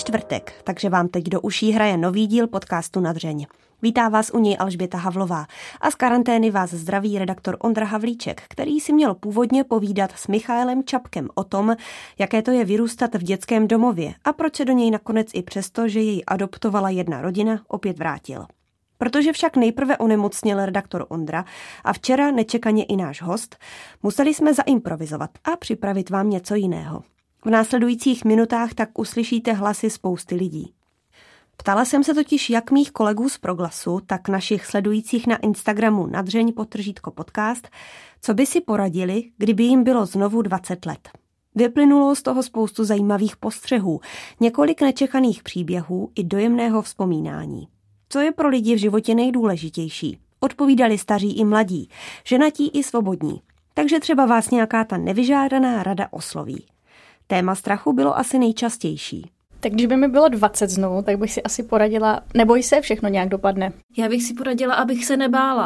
čtvrtek, takže vám teď do uší hraje nový díl podcastu Nadřeň. Vítá vás u něj Alžběta Havlová a z karantény vás zdraví redaktor Ondra Havlíček, který si měl původně povídat s Michaelem Čapkem o tom, jaké to je vyrůstat v dětském domově a proč se do něj nakonec i přesto, že jej adoptovala jedna rodina, opět vrátil. Protože však nejprve onemocněl redaktor Ondra a včera nečekaně i náš host, museli jsme zaimprovizovat a připravit vám něco jiného. V následujících minutách tak uslyšíte hlasy spousty lidí. Ptala jsem se totiž jak mých kolegů z Proglasu, tak našich sledujících na Instagramu nadřeň_podcast, co by si poradili, kdyby jim bylo znovu 20 let. Vyplynulo z toho spoustu zajímavých postřehů, několik nečekaných příběhů i dojemného vzpomínání. Co je pro lidi v životě nejdůležitější? Odpovídali staří i mladí, ženatí i svobodní. Takže třeba vás nějaká ta nevyžádaná rada osloví. Téma strachu bylo asi nejčastější. Tak když by mi bylo 20 znovu, tak bych si asi poradila, neboj se, všechno nějak dopadne. Já bych si poradila, abych se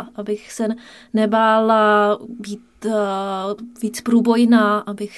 nebála být víc průbojná, abych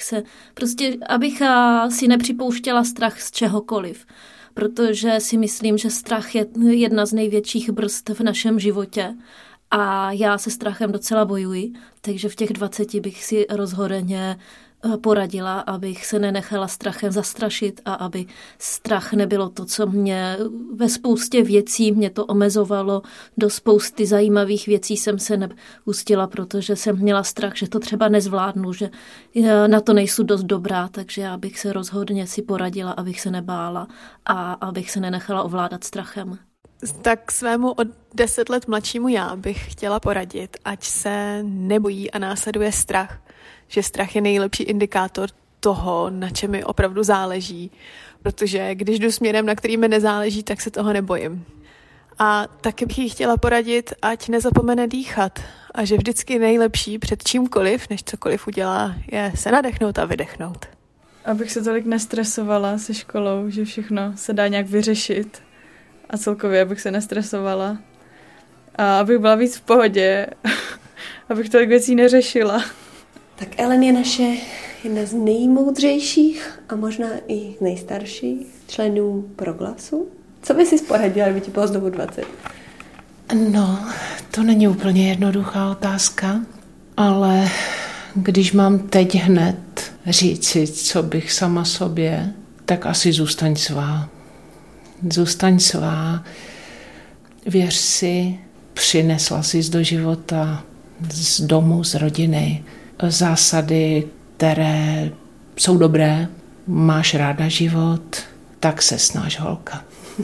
si nepřipouštěla strach z čehokoliv. Protože si myslím, že strach je jedna z největších brzd v našem životě a já se strachem docela bojuji, takže v těch 20 bych si rozhodně poradila, abych se nenechala strachem zastrašit a aby strach nebylo to, co mě ve spoustě věcí mě to omezovalo. Do spousty zajímavých věcí jsem se nepustila, protože jsem měla strach, že to třeba nezvládnu, že na to nejsou dost dobrá, takže já bych se rozhodně si poradila, abych se nebála a abych se nenechala ovládat strachem. Tak svému o 10 let mladšímu já bych chtěla poradit, ať se nebojí a následuje strach. Že strach je nejlepší indikátor toho, na čem mi opravdu záleží. Protože když jdu směrem, na který mi nezáleží, tak se toho nebojím. A taky bych jí chtěla poradit, ať nezapomene dýchat. A že vždycky nejlepší před čímkoliv, než cokoliv udělá, je se nadechnout a vydechnout. Abych se tolik nestresovala se školou, že všechno se dá nějak vyřešit. A celkově, abych se nestresovala. A abych byla víc v pohodě. Abych tolik věcí neřešila. Tak Ellen je naše jedna z nejmoudřejších a možná i nejstarších členů Proglasu. Co by si poradila, kdyby ti bylo znovu 20? No, to není úplně jednoduchá otázka, ale když mám teď hned říci, co bych sama sobě, tak asi zůstaň svá. Zůstaň svá, věř si, přinesla jsi do života, z domu, z rodiny, zásady, které jsou dobré, máš ráda život, tak se snaž, holka.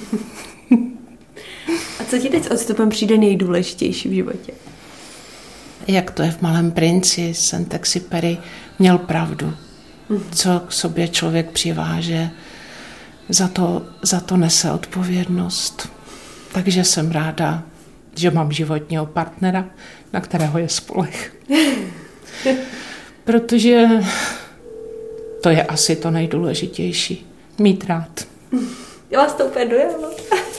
A co ti teď s odstupem přijde nejdůležitější v životě? Jak to je v Malém princi, Saint-Exupéry měl pravdu. Co k sobě člověk přiváže, za to nese odpovědnost. Takže jsem ráda, že mám životního partnera, na kterého je spoleh. Protože to je asi to nejdůležitější. Mít rád. Já vás to úplně dojelo.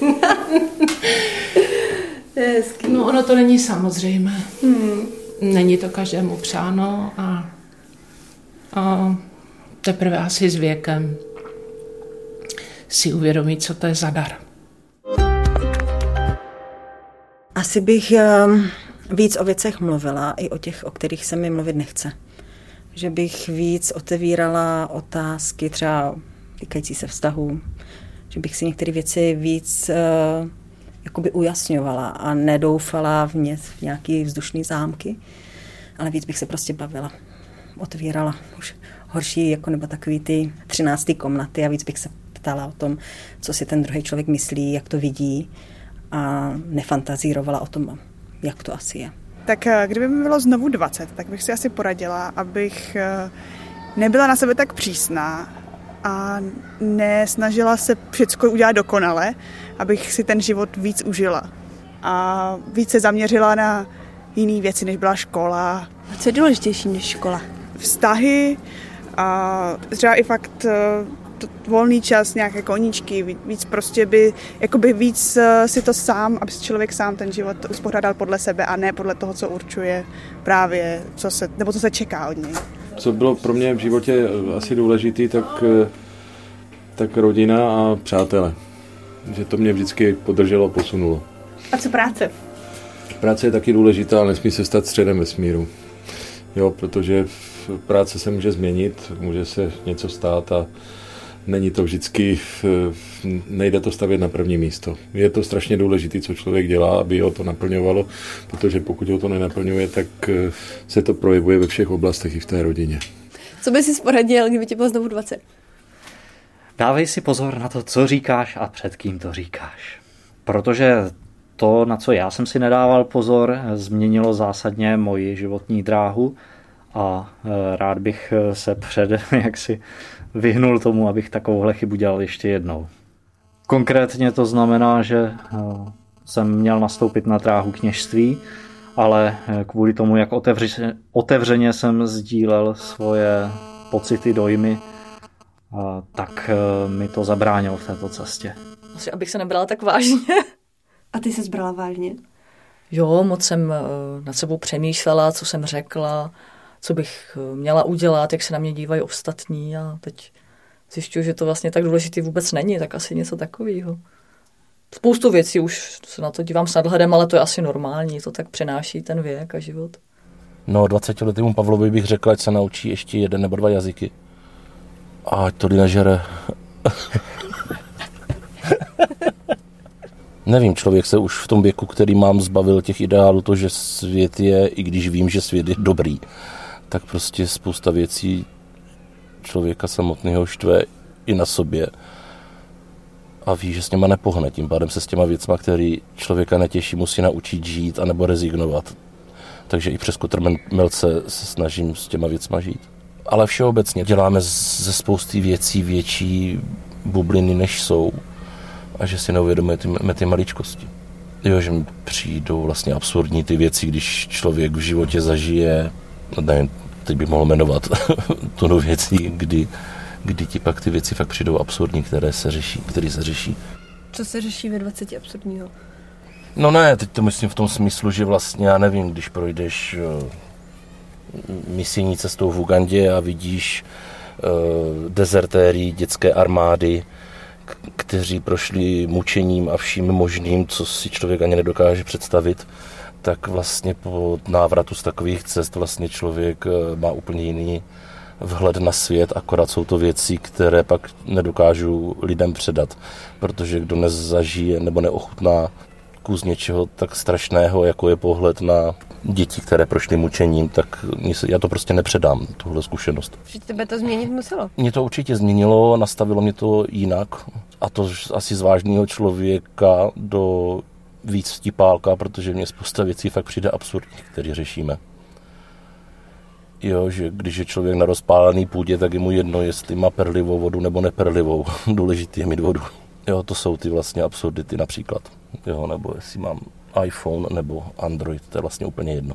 No ono to není samozřejmé. Není to každému přáno a teprve asi s věkem si uvědomí, co to je za dar. Asi bych víc o věcech mluvila, i o těch, o kterých se mi mluvit nechce. Že bych víc otevírala otázky třeba týkající se vztahů, že bych si některé věci víc jakoby ujasňovala a nedoufala v nějaký vzdušný zámky, ale víc bych se prostě bavila. Otvírala už horší, jako nebo takový ty 13. komnaty a víc bych se ptala o tom, co si ten druhý člověk myslí, jak to vidí a nefantazírovala o tom, jak to asi je. Tak kdyby mi bylo znovu 20, tak bych si asi poradila, abych nebyla na sebe tak přísná a nesnažila se všecko udělat dokonale, abych si ten život víc užila. A víc se zaměřila na jiné věci, než byla škola. A co je důležitější než škola? Vztahy a třeba i fakt volný čas, nějaké koníčky, víc prostě víc si to sám, aby si člověk sám ten život uspořádal podle sebe a ne podle toho, co určuje právě, co se čeká od něj. Co bylo pro mě v životě asi důležitý, tak Tak rodina a přátelé. Že to mě vždycky podrželo, posunulo. A co práce? Práce je taky důležitá, ale nesmí se stát středem vesmíru. Jo, protože práce se může změnit, může se něco stát a není to vždycky, nejde to stavět na první místo. Je to strašně důležité, co člověk dělá, aby ho to naplňovalo, protože pokud ho to nenaplňuje, tak se to projevuje ve všech oblastech i v té rodině. Co by si poradil, kdyby ti bylo znovu 20? Dávej si pozor na to, co říkáš a před kým to říkáš. Protože to, na co já jsem si nedával pozor, změnilo zásadně moji životní dráhu a rád bych se jaksi vyhnul tomu, abych takovouhle chybu dělal ještě jednou. Konkrétně to znamená, že jsem měl nastoupit na dráhu kněžství, ale kvůli tomu, jak otevřeně jsem sdílel svoje pocity, dojmy, tak mi to zabránilo v této cestě. Asi, abych se nebrala tak vážně. A ty se zbrala vážně? Jo, moc jsem nad sebou přemýšlela, co jsem řekla, co bych měla udělat, jak se na mě dívají ostatní a teď zjišťuju, že to vlastně tak důležitý vůbec není, tak asi něco takového. Spoustu věcí už se na to dívám s nadhledem, ale to je asi normální, to tak přenáší ten věk a život. No, 20letému Pavlovi bych řekl, ať se naučí ještě 1 nebo 2 jazyky. A ať to nežere. Nevím, člověk se už v tom věku, který mám, zbavil těch ideálů, to, že svět je, i když vím, že svět je dobrý, tak prostě spousta věcí člověka samotného štve i na sobě a ví, že s něma nepohne. Tím pádem se s těma věcma, který člověka netěší, musí naučit žít anebo rezignovat. Takže i přes kotrmelce se snažím s těma věcma žít. Ale všeobecně děláme ze spousty věcí větší bubliny, než jsou. A že si neuvědomujeme ty maličkosti. Jo, že mi přijdou vlastně absurdní ty věci, když člověk v životě zažije, nevím, teď bych mohl jmenovat tunu věcí, kdy ti pak ty věci fakt přijdou absurdní, které se řeší. Co se řeší ve 20 absurdního? No ne, teď to myslím v tom smyslu, že vlastně, já nevím, když projdeš misijní cestou v Ugandě a vidíš dezertéry dětské armády, kteří prošli mučením a vším možným, co si člověk ani nedokáže představit, tak vlastně po návratu z takových cest vlastně člověk má úplně jiný vhled na svět, akorát jsou to věci, které pak nedokážu lidem předat, protože kdo nezažije nebo neochutná kus něčeho tak strašného, jako je pohled na děti, které prošly mučením, tak já to prostě nepředám, tuhle zkušenost. Že tebe to změnit muselo? Mě to určitě změnilo, nastavilo mě to jinak, a to asi z vážného člověka do víc vtipálka, protože mě spousta věcí fakt přijde absurdní, které řešíme. Jo, že když je člověk na rozpálený půdě, tak je mu jedno, jestli má perlivou vodu nebo neperlivou. Důležitý je mít vodu. Jo, to jsou ty vlastně absurdity například. Jo, nebo jestli mám iPhone nebo Android, to je vlastně úplně jedno.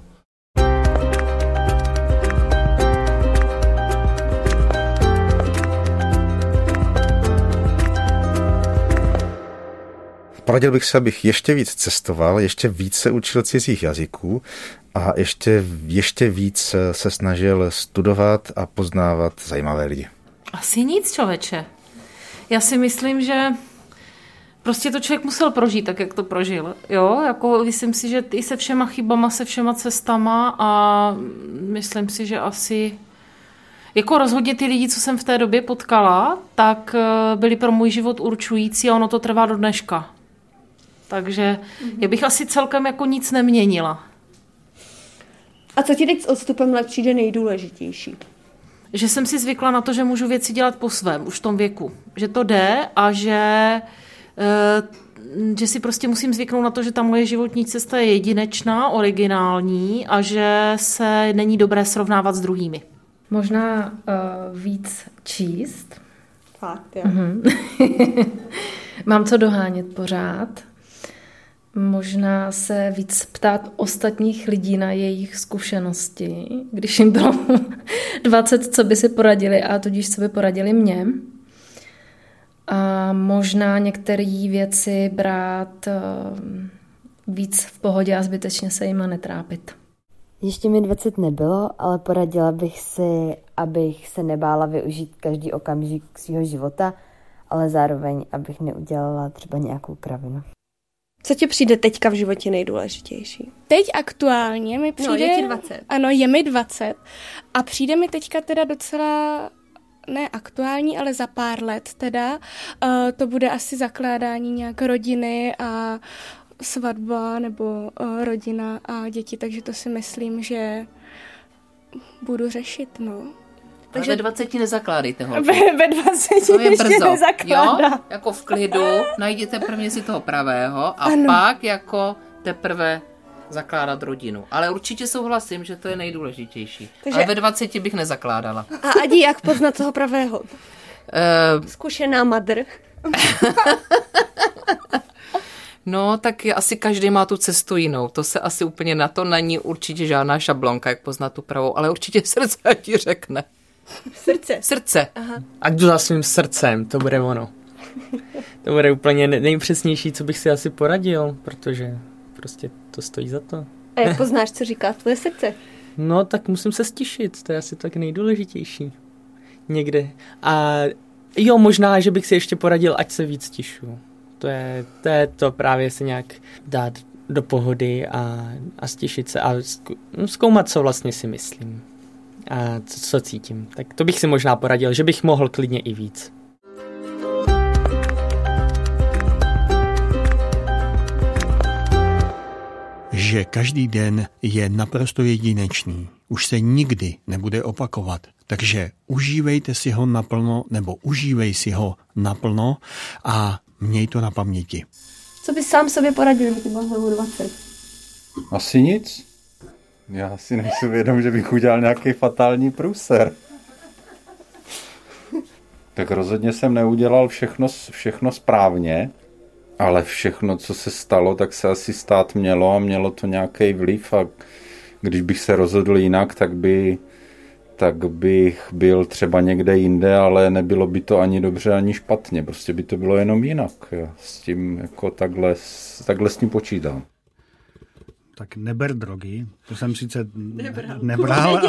Poradil bych se, abych ještě víc cestoval, ještě víc se učil cizích jazyků a ještě víc se snažil studovat a poznávat zajímavé lidi. Asi nic, člověče. Já si myslím, že prostě to člověk musel prožít tak, jak to prožil. Jo, jako myslím si, že i se všema chybama, se všema cestama a myslím si, že asi jako rozhodně ty lidi, co jsem v té době potkala, tak byli pro můj život určující a ono to trvá do dneška. Takže já bych asi celkem jako nic neměnila. A co ti teď s odstupem let přijde nejdůležitější? Že jsem si zvykla na to, že můžu věci dělat po svém, už v tom věku. Že to jde a že si prostě musím zvyknout na to, že ta moje životní cesta je jedinečná, originální a že se není dobré srovnávat s druhými. Možná víc číst. Fakt, jo. Mám co dohánět pořád. Možná se víc ptát ostatních lidí na jejich zkušenosti, když jim bylo 20, co by si poradili a tudíž co by poradili mě. A možná některé věci brát víc v pohodě a zbytečně se jima netrápit. Ještě mi 20 nebylo, ale poradila bych si, abych se nebála využít každý okamžik svého života ale zároveň, abych neudělala třeba nějakou kravinu. Co ti přijde teďka v životě nejdůležitější? Teď aktuálně mi přijde... No, je ti 20. Ano, je mi 20. A přijde mi teďka teda docela... ne aktuální, ale za pár let teda. To bude asi zakládání nějak rodiny a svatba nebo rodina a děti, takže to si myslím, že budu řešit, no. Takže ve 20 nezakládejte ho. Ve 20 to je ještě brzo, nezakládá. jo? Jako v klidu, najděte prvně si toho pravého a ano. pak jako teprve zakládat rodinu. Ale určitě souhlasím, že to je nejdůležitější. Takže... Ale ve 20 bych nezakládala. A Adi, jak poznat toho pravého? Zkušená madr. No, tak asi každý má tu cestu jinou. To se asi úplně na to není určitě žádná šablonka, jak poznat tu pravou, ale určitě srdce ti řekne. Srdce. Aha. Ať jdu za svým srdcem, to bude ono. To bude úplně nejpřesnější, co bych si asi poradil, protože prostě to stojí za to. A jak poznáš, co říká tvoje srdce? No, tak musím se stišit, to je asi tak nejdůležitější. Někde. A jo, možná, že bych si ještě poradil, ať se víc stišu. To je to právě se nějak dát do pohody a stišit se a zkoumat, co vlastně si myslím a co cítím. Tak to bych si možná poradil, že bych mohl klidně i víc. Že každý den je naprosto jedinečný. Už se nikdy nebude opakovat. Takže užívejte si ho naplno, nebo užívej si ho naplno a měj to na paměti. Co bys sám sobě poradil, kdyby byl znovu 20? Asi nic. Já si nejsem vědom, že bych udělal nějaký fatální průser. Tak rozhodně jsem neudělal všechno správně, ale všechno, co se stalo, tak se asi stát mělo a mělo to nějaký vliv a když bych se rozhodl jinak, tak bych byl třeba někde jinde, ale nebylo by to ani dobře, ani špatně. Prostě by to bylo jenom jinak. Já s tím jako takhle s tím počítám. Tak neber drogy, to jsem sice nebral,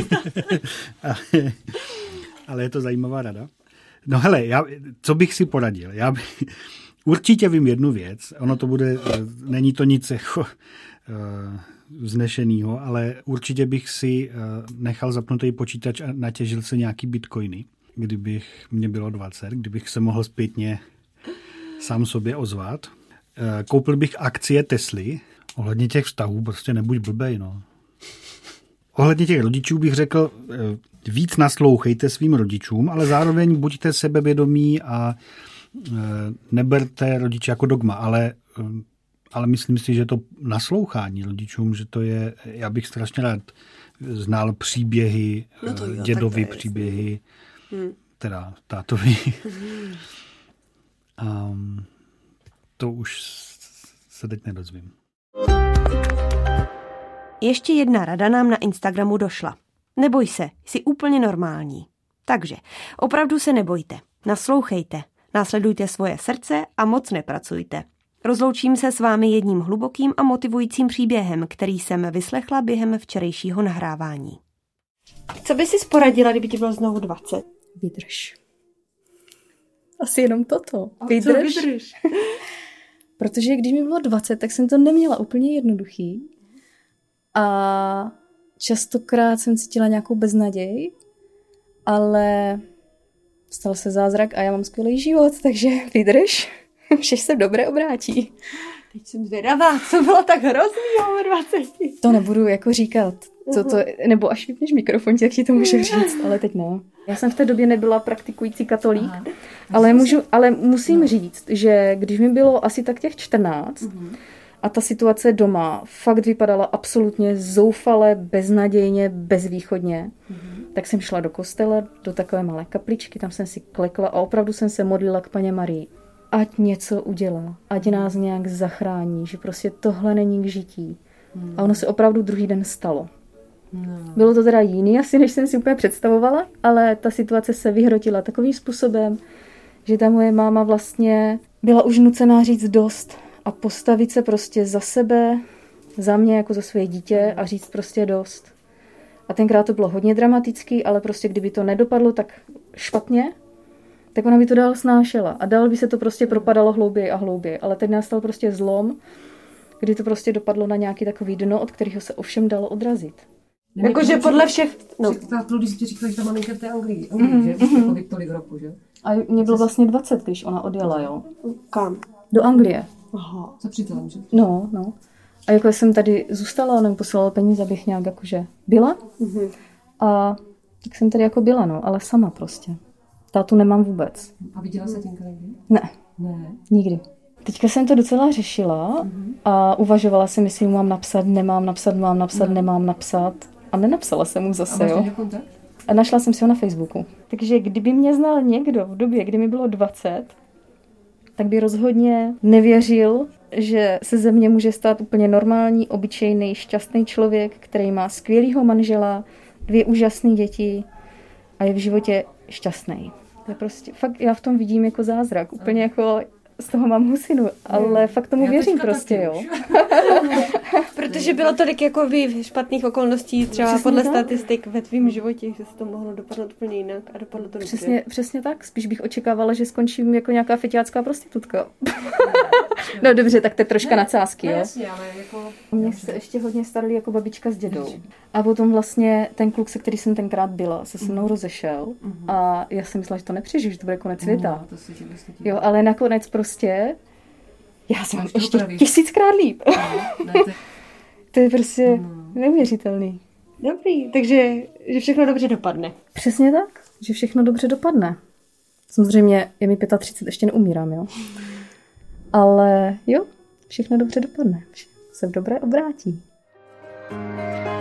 ale je to zajímavá rada. No hele, co bych si poradil? Určitě vím jednu věc, ono to bude, není to nic jako vznešenýho, ale určitě bych si nechal zapnutý počítač a natěžil se nějaký bitcoiny, kdybych mě bylo 20, kdybych se mohl zpětně sám sobě ozvat. Koupil bych akcie Tesly, ohledně těch vztahů, prostě nebuď blbej, no. Ohledně těch rodičů bych řekl, víc naslouchejte svým rodičům, ale zároveň buďte sebevědomí a neberte rodiče jako dogma, ale myslím si, že to naslouchání rodičům, že to je, já bych strašně rád znal příběhy, dědovi příběhy, teda tátovi. To už se teď nedozvím. Ještě jedna rada nám na Instagramu došla. Neboj se, jsi úplně normální. Takže opravdu se nebojte, naslouchejte, následujte svoje srdce a moc nepracujte. Rozloučím se s vámi jedním hlubokým a motivujícím příběhem, který jsem vyslechla během včerejšího nahrávání. Co by si poradila, kdyby ti bylo znovu 20? Vydrž. Asi jenom toto. Vydrž. Protože když mi bylo 20, tak jsem to neměla úplně jednoduchý. A častokrát jsem cítila nějakou beznaděj, ale stal se zázrak a já mám skvělý život, takže vydrž, vše se dobré obrátí. Teď jsem zvědavá, co bylo tak hroznýho ve 20. To nebudu jako říkat, nebo až vypneš mikrofon, tak ti to můžu říct, ale teď ne. Já jsem v té době nebyla praktikující katolík, ale musím říct, že když mi bylo asi tak těch 14 a ta situace doma fakt vypadala absolutně zoufale, beznadějně, bezvýchodně, tak jsem šla do kostela, do takové malé kapličky, tam jsem si klekla a opravdu jsem se modlila k Paně Marii. Ať něco udělá, ať nás nějak zachrání, že prostě tohle není k žití. A ono se opravdu druhý den stalo. Bylo to teda jiný asi, než jsem si úplně představovala, ale ta situace se vyhrotila takovým způsobem, že ta moje máma vlastně byla už nucená říct dost a postavit se prostě za sebe, za mě jako za své dítě a říct prostě dost. A tenkrát to bylo hodně dramatický, ale prostě kdyby to nedopadlo tak špatně, tak ona by to dál snášela a dál by se to prostě propadalo hlouběji a hlouběji. Ale teď nastal prostě zlom, kdy to prostě dopadlo na nějaký takový dno, od kterého se ovšem dalo odrazit. Jakože podle všech... Když jsi říkala, že ta maminka v té Anglii, že? Jako tolik roku, že? A mě bylo vlastně 20, když ona odjela, jo. Kam? Do Anglie. Aha. Co přítelem, že? No. A jako jsem tady zůstala, ona mi posílala peníze, abych nějak jakože byla. A tak jsem tady jako byla, no, ale sama prostě. Tátu nemám vůbec. A viděla se tím někdy? Ne. Nikdy. Teďka jsem to docela řešila a uvažovala jsem, jestli mu mám napsat, nemám napsat. A nenapsala jsem mu zase, jo. A našla jsem si ho na Facebooku. Takže kdyby mě znal někdo v době, kdy mi bylo 20, tak by rozhodně nevěřil, že se ze mě může stát úplně normální, obyčejný, šťastný člověk, který má skvělýho manžela, 2 úžasné děti a je v životě šťastný. To je prostě, fakt já v tom vidím jako zázrak, úplně jako z toho mám husinu, ale fakt tomu věřím prostě, jo. Protože bylo tolik jako špatných okolností, třeba přesně podle statistik ve tvým životě, že se to mohlo dopadnout úplně jinak a dopadlo to dobře. Přesně tak, spíš bych očekávala, že skončím jako nějaká fetiácká prostitutka. No dobře, tak to je troška nadsázky, jo. Jasně, ale jako... Mě se ještě hodně starali jako babička s dědou. A potom vlastně ten kluk, se který jsem tenkrát byla, se mnou rozešel a já jsem myslela, že to nepřežiju, že to bude konec světa. Jo, ale nakonec prostě já jsem ještě 1000krát líp. To je prostě neuvěřitelný. Dobrý, takže že všechno dobře dopadne. Přesně tak, že všechno dobře dopadne. Samozřejmě je mi 35, ještě neumírám, jo. Ale jo, všechno dobře dopadne. Se v dobré obrátí.